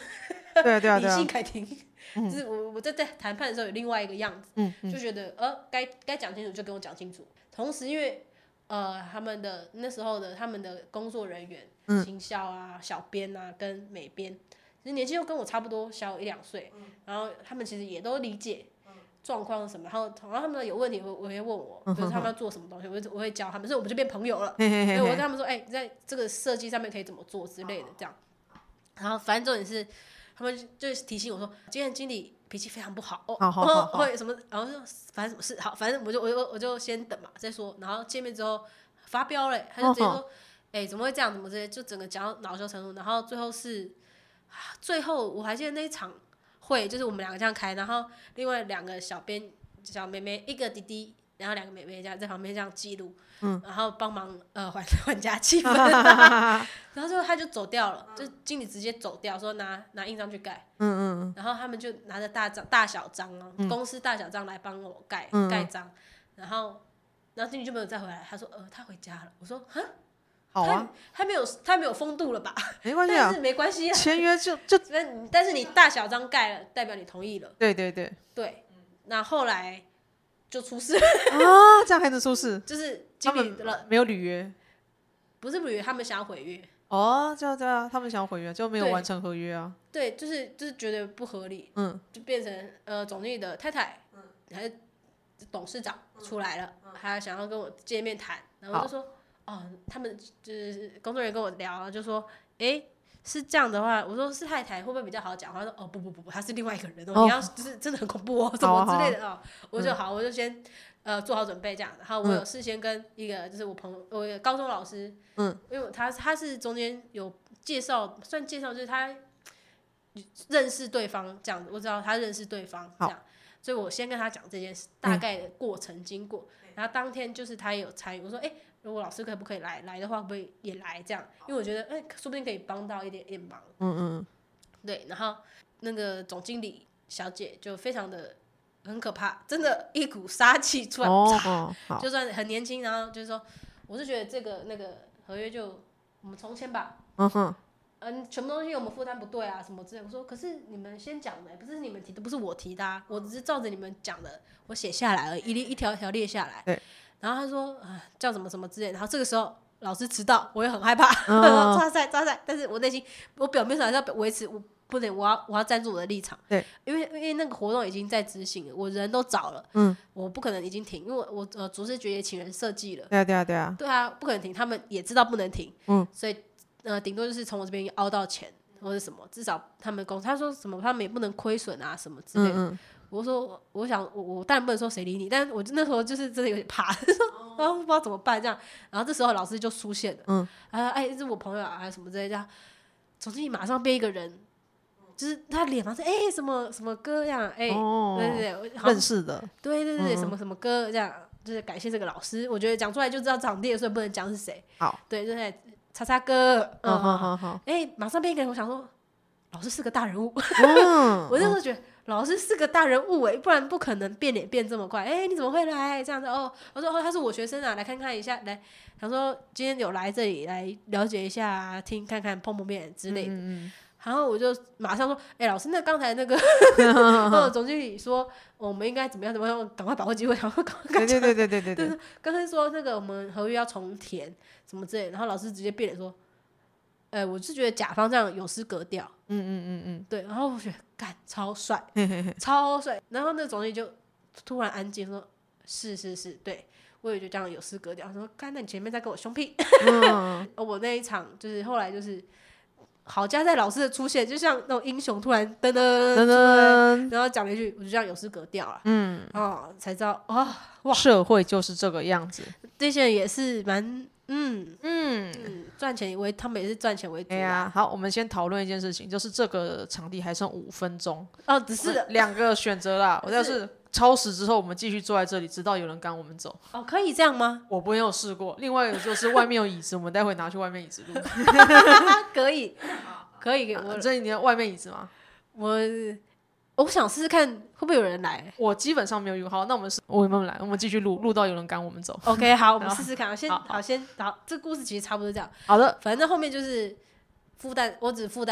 对啊， 理性开庭。就是我在谈判的时候有另外一个样子，就觉得该讲清楚就跟我讲清楚。同时因为他们的那时候的他们的工作人员，行销啊、小编啊跟美编，其实年纪又跟我差不多，小1-2岁，然后他们其实也都理解状况什么，然后他们有问题我会问我，比如他们要做什么东西，我会教他们，所以我们就变朋友了。所以我跟他们说，在这个设计上面可以怎么做之类的这样。然后反正重点是。他们就提醒我说，今天经理脾气非常不好，会什么，然后就反正什么事，好，反正我就先等嘛，再说。然后见面之后发飙了，他就直接说，怎么会这样，怎么这些，就整个讲到恼羞成怒。然后最后我还记得那一场会，就是我们2个这样开，然后另外2个小编小妹妹，一个弟弟，然后2个妹妹这样在旁边这样记录。然后帮忙缓加气氛，然后最后他就走掉了，就经理直接走掉，说拿印章去盖，然后他们就拿着大小章公司大小章来帮我盖章，然后经理就没有再回来，他说他回家了，我说哈， 好啊， 他没有风度了吧？ 没关系啊， 但是没关系啊， 签约就但是你大小章盖了，代表你同意了， 对， 那后来就出事了啊，这样还能出事？ 就是他们没有履约， 不是履约，他们想要毁约。 对啊，他们想要毁约，就没有完成合约啊。 对，就是觉得不合理，就变成总经理的太太，还是董事长出来了，还想要跟我见面谈，然后我就说，他们就是工作人员跟我聊，就说，是这样的话，我说是太太会不会比较好讲？他说不，他是另外一个人你要就是真的很恐怖什么之类的我就先做好准备这样，然后我有事先跟一个就是我有高中老师，因为他是中间有算介绍，就是他认识对方这样子，我知道他认识对方这样，所以我先跟他讲这件事大概的过程经过，然后当天就是他也有参与，我说如果老师可不可以来的话，会不会也来这样？因为我觉得说不定可以帮到一点忙。对，然后那个总经理小姐就非常的很可怕，真的一股杀气出来，就算很年轻，然后就是说，我是觉得这个那个合约就我们重签吧。全部东西我们负担不对啊，什么之类。我说，可是你们先讲的，不是你们提的，不是我提的我只是照着你们讲的，我写下来而已，一条一条列下来。对。然后他说叫什么什么之类的，然后这个时候老师迟到，我也很害怕，抓塞，但是我内心我表面上还是要维持，我不能，我要站住我的立场，对，因为那个活动已经在执行了，我人都找了，我不可能已经停，因为我主视觉也请人设计了，对啊，不可能停，他们也知道不能停，所以顶多就是从我这边凹到钱或者什么，至少他们公司他说什么他们也不能亏损啊什么之类的。我说，我想，我当然不能说谁理你，但是我那时候就是真的有点怕，说不知道怎么办这样。然后这时候老师就出现了，这是我朋友啊，还是什么之类的。总经理马上变一个人，就是他脸马上什么什么哥这样，对， 认识的， 对，什么什么哥这样，就是感谢这个老师。我觉得讲出来就知道场地，所以不能讲是谁。好，对，就是叉叉哥，好，马上变一个人，我想说，老师是个大人物，我那时候觉得。老师是个大人物不然不可能变脸变这么快。你怎么会来这样子？我说他是我学生啊，来看看一下，来想说今天有来这里来了解一下，听看看碰面之类的。然后我就马上说，老师，那刚才那个总经理说我们应该怎么样，赶快把握机会，然后赶快对，刚才说那个我们合约要重填什么之类的，然后老师直接变脸说。我是觉得甲方这样有失格调，对，然后我觉得干超帅，超帅，然后那个总经理就突然安静说，是，对，我也觉得这样有失格调，说干，那你前面在跟我凶屁，我那一场就是后来就是好加在老师的出现，就像那种英雄突然噔噔噔噔，然后讲了一句，我就这样有失格调了，才知道哇， 社会就是这个样子， 这些人也是蛮。赚钱他们也是赚钱为主好，我们先讨论一件事情，就是这个场地还剩5分钟只是 2个选择啦。我要是超时之后，我们继续坐在这里，直到有人赶我们走。 可以这样吗？ 我没有试过。另外一个就是外面有椅子，我们待会拿去外面椅子录。 可以。 这你的外面椅子吗？ 我想试试看会不会有人来。 我基本上没有遇过。好，那我有没有来？我们继续录到有人赶我们走。 OK， 好，我们试试看。好，这个故事其实差不多这样。 好的， 反正后面就是我只负担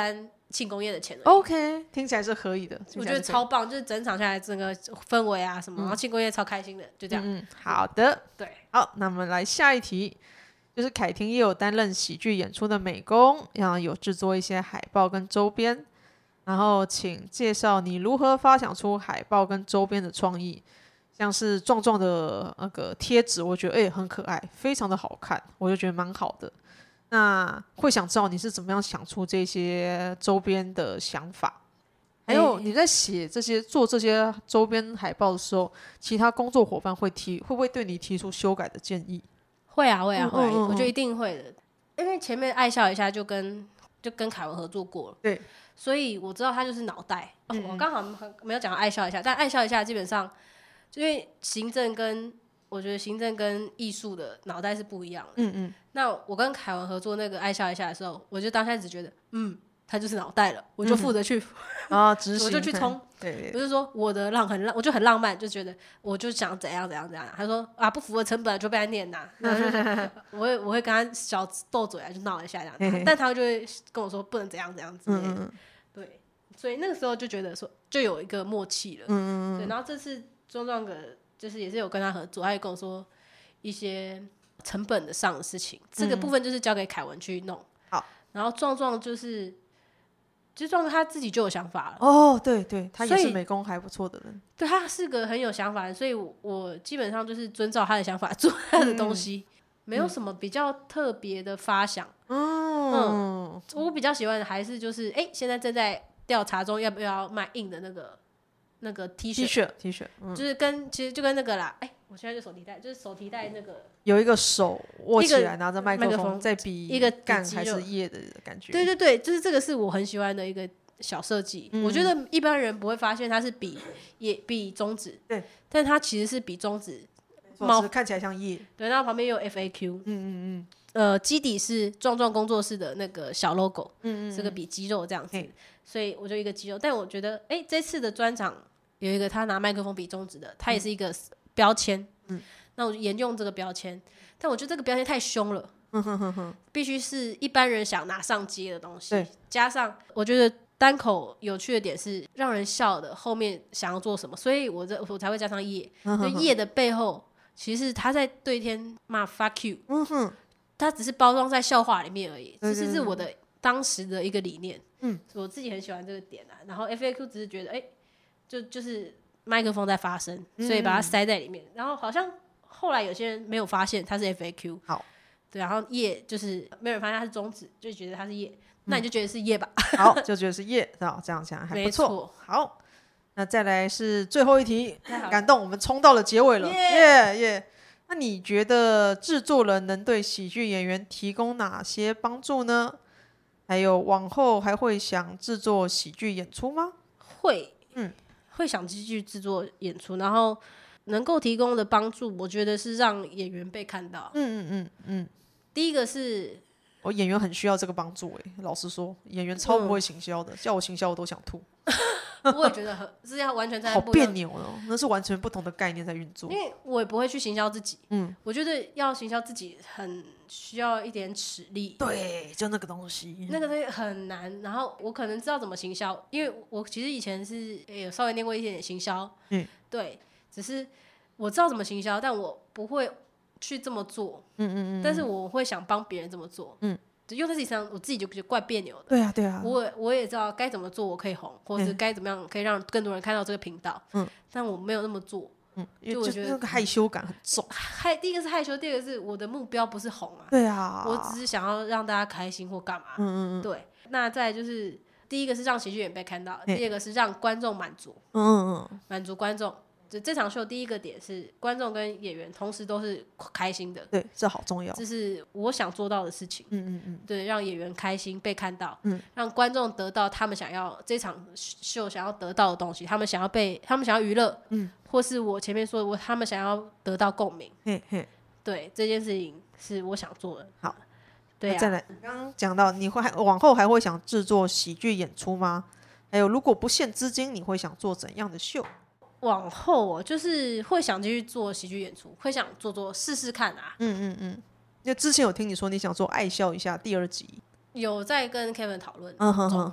庆功宴的钱而已。 OK， 听起来是可以的， 我觉得超棒，就是整场下来整个氛围啊什么，然后庆功宴超开心的，就这样。 好的， 对， 好，那我们来下一题，就是凯婷也有担任喜剧演出的美工，然后有制作一些海报跟周边，然后请介绍你如何发想出海报跟周边的创意。像是壮壮的那个贴纸，我觉得很可爱，非常的好看，我就觉得蛮好的。那会想知道你是怎么样想出这些周边的想法，还有你在写做这些周边海报的时候，其他工作伙伴会不会对你提出修改的建议？ 会啊，我觉得一定会的，因为前面爱笑一下就跟凯文合作过了， 对， 所以我知道他就是脑袋。我刚好没有讲到爱笑一下，但爱笑一下基本上。因为我觉得行政跟艺术的脑袋是不一样的。那我跟凯文合作那个爱笑一下的时候，我就当下只觉得，他就是脑袋了，我就负责去执行， 我就去冲。 对， 不是说我的我就很浪漫，就觉得我就想怎样怎样怎样。他说不符合成本就被他念呐。我会跟他小斗嘴啊，就闹一下这样。但他就会跟我说不能怎样怎样之类的。对，所以那个时候就觉得说就有一个默契了。对，然后这次。壮壮哥就是也是有跟他合作，他也跟我说一些成本上的事情，这个部分就是交给凯文去弄。 好， 然后壮壮其实壮壮他自己就有想法了。 对对，他也是美工还不错的人。 对，他是个很有想法的人，所以我基本上就是遵照他的想法做他的东西，没有什么比较特别的发想。我比较喜欢的还是就是现在正在调查中要不要卖硬的那个 T 恤，就是其实就跟那个啦，我现在就手提袋，就是手提袋那个有一个手握起来拿着麦克风，在比一个干还是叶的感觉。 对对对，就是这个是我很喜欢的一个小设计。我觉得一般人不会发现它是比中指， 对， 但它其实是比中指看起来像叶。 对，然后旁边又有 FAQ，基底是壮壮工作室的那个小 logo，是个比肌肉这样子，所以我就一个肌肉。但我觉得，这次的专场有一个他拿麦克风比中指的，他也是一个标签，那我就沿用这个标签。但我觉得这个标签太凶了，必须是一般人想拿上街的东西。加上我觉得单口有趣的点是让人笑的，后面想要做什么，所以我才会加上叶。叶的背后，其实他在对天骂 fuck you，它只是包装在笑话里面而已。这是我的当时的一个理念，我自己很喜欢这个点啊。然后 FAQ 只是觉得，就是麦克风在发声，所以把它塞在里面。然后好像后来有些人没有发现它是 FAQ， 好， 对，然后叶就是没有人发现它是中指，就觉得它是叶，那你就觉得是叶吧。 好，就觉得是叶，这样讲还不错。好，那再来是最后一题，感动，我们冲到了结尾了，耶！那你觉得制作人能对喜剧演员提供哪些帮助呢？还有往后还会想制作喜剧演出吗？ 会想继续制作演出，然后能够提供的帮助，我觉得是让演员被看到。第一个是我演员很需要这个帮助老实说，演员超不会行销的，叫我行销我都想吐。 我也觉得是要完全在好别扭哦，那是完全不同的概念在运作。 因为我也不会去行销自己，我觉得要行销自己很需要一点齿力。 对，就那个东西， 那个东西很难。然后我可能知道怎么行销，因为我其实以前是有稍微念过一点点行销，对，只是我知道怎么行销，但我不会去这么做，但是我会想帮别人这么做，用在自己身上，我自己就觉得怪别扭的。 对啊， 我也知道该怎么做我可以红，或是该怎么样可以让更多人看到这个频道，但我没有那么做， 就我觉得那个害羞感很重。 第一个是害羞，第二个是我的目标不是红啊， 对啊， 我只是想要让大家开心或干嘛，对。那再来就是第一个是让喜剧演员被看到，第二个是让观众满足，满足观众。这场秀第一个点是观众跟演员同时都是开心的， 对，这好重要， 这是我想做到的事情。对，让演员开心被看到，让观众得到他们想要这场秀想要得到的东西，他们想要娱乐，或是我前面说的他们想要得到共鸣。对，这件事情是我想做的。好，对啊。 再来，刚刚讲到你会往后还会想制作喜剧演出吗？还有，如果不限资金，你会想做怎样的秀？ 往后就是会想继续做喜剧演出，会想做试试看啊。 因为之前有听你说你想做爱笑一下第2集， 有在跟 Kevin 讨论，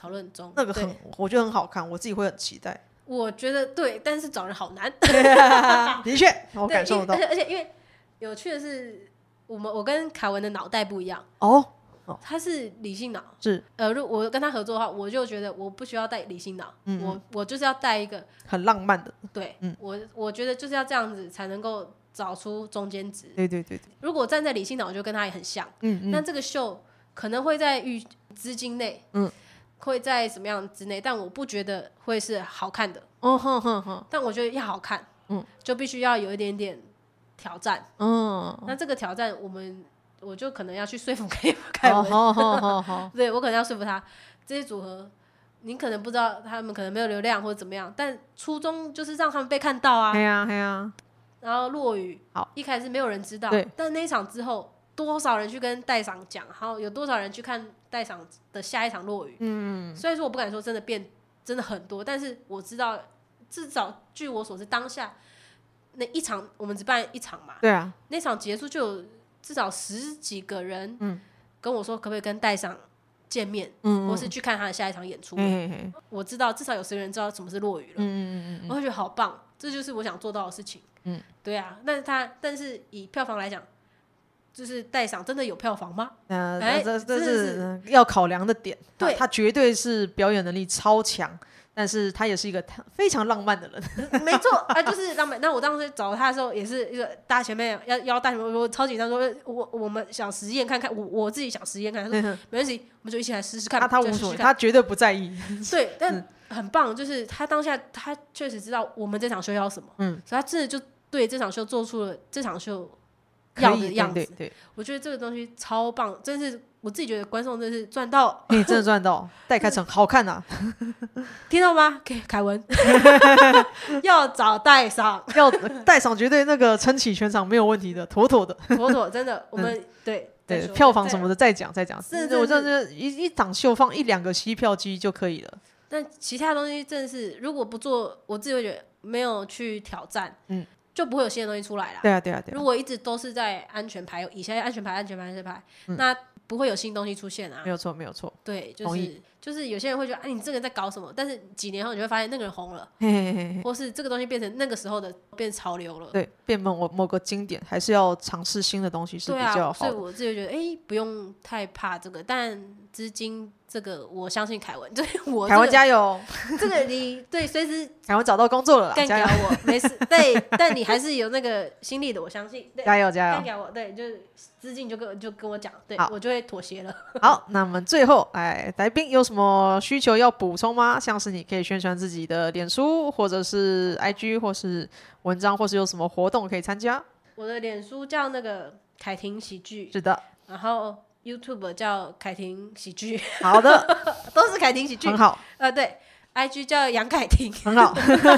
讨论中。 那个我觉得很好看，我自己会很期待。 我觉得对，但是找人好难。 的确，我感受到。 而且因为有趣的是，我跟凯文的脑袋不一样他是理性脑， 是如果我跟他合作的话，我就觉得我不需要带理性脑，我就是要带一个很浪漫的。 对，我觉得就是要这样子才能够找出中间值。 对。 如果站在理性脑，我就跟他也很像。那这个秀可能会在资金内，会在什么样之内，但我不觉得会是好看的。但我觉得要好看，就必须要有一点点挑战。那这个挑战我就可能要去说服凯文。对，我可能要说服他，这些组合你可能不知道，他们可能没有流量或者怎么样，但初衷就是让他们被看到啊。然后落雨，一开始没有人知道，但那一场之后，多少人去跟代赏讲，然后有多少人去看代赏的下一场落雨。虽然说我不敢说真的很多，但是我知道，至少据我所知，当下那一场我们只办一场嘛， 对啊， 那场结束就有至少10几个人跟我说可不可以跟代赏见面，或是去看他的下一场演出。我知道至少有10个人知道什么是落雨了。我会觉得好棒，这就是我想做到的事情。对啊，但是以票房来讲，就是代赏真的有票房吗？ 这是要考量的点。对，他绝对是表演能力超强，但是他也是一个非常浪漫的人。 没错，就是浪漫。那我当时找他的时候，也是一个大前辈要大前辈，我超紧张，说我们想实验看看，我自己想实验看看，他说没关系，我们就一起来试试看。他无所谓， 他绝对不在意。 对，但很棒，就是他当下他确实知道我们这场秀要什么，所以他真的就对这场秀做出了这场秀要的样子。对，我觉得这个东西超棒，真是我自己觉得观众真是赚到。 真的赚到，戴开成好看啊！ 听到吗？凯文要找代赏， 要代赏绝对那个撑起全场没有问题的，妥妥的， 真的。我们对票房什么的再讲。我真的一场秀放1-2个吸票机就可以了。 但其他东西真的是，如果不做，我自己会觉得没有去挑战，就不会有新的东西出来啦。 对啊。 如果一直都是在安全牌，以前安全牌，那不会有新东西出现啊。 没有错。对， 就是有些人会觉得，你这个人在搞什么？但是几年后你会发现那个人红了，或是这个东西变成那个时候的变潮流了。对， 变某个经典，还是要尝试新的东西是比较好的。 所以我自己觉得，不用太怕这个，但资金这个我相信凯文， 凯文加油！ 这个你对随时凯文找到工作了啦， 干掉我没事。对，但你还是有那个心力的，我相信。 加油！ 干掉我，对，就是资金就跟我讲，对我就会妥协了。 好，那我们最后，来宾有什么需求要补充吗？像是你可以宣传自己的脸书，或者是 IG， 或是文章，或是有什么活动可以参加？ 我的脸书叫那个凯婷喜剧， 是的， 然后 YouTube 叫凯婷喜剧， 好的， 都是凯婷喜剧， 很好。 对 ，IG 叫杨凯婷， 很好。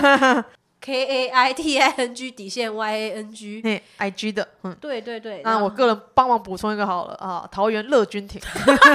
KAITING YANG IG 的， 对。 那我个人帮忙补充一个好了啊，桃园乐君亭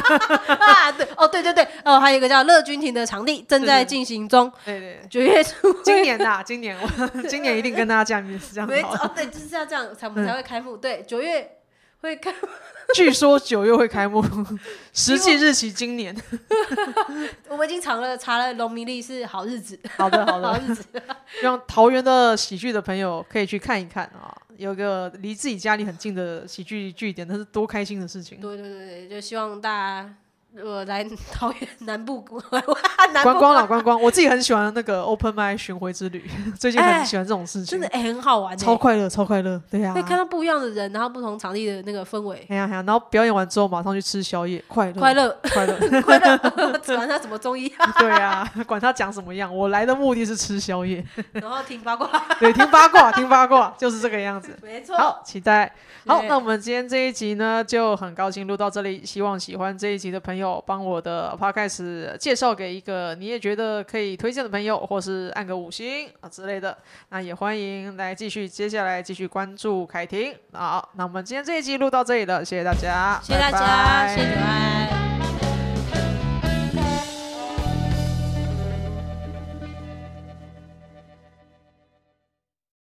对，还有一个叫乐君亭的场地正在进行中， 对 ，9月初， 今年一定跟大家见面，是这样子。 对，就是要这样我们才会开幕，对，9月会开幕。 据说9月会开幕，实际日期今年。 我们已经查了农民历是好日子。 好的， 好日子。 让桃园的喜剧的朋友可以去看一看啊，有个离自己家里很近的喜剧据点，那是多开心的事情。 对，就希望大家来桃园南部观光，我自己很喜欢那个 Open Mic 巡回之旅，最近很喜欢这种事情， 真的很好玩， 超快乐，对啊， 可以看到不一样的人，然后不同场地的那个氛围， 然后表演完之后马上去吃宵夜，快乐， 管他什么综艺， 对啊，管他讲什么样，我来的目的是吃宵夜， 然后听八卦， 对，听八卦就是这个样子， 没错， 好，期待。好，那我们今天这一集呢，就很高兴录到这里。希望喜欢这一集的朋友，帮我的 podcast 介绍给一个你也觉得可以推荐的朋友，或是按个5星之类的。那也欢迎来接下来继续关注凯婷。好，那我们今天这一集录到这里了，谢谢大家， 谢谢大家，谢谢九安。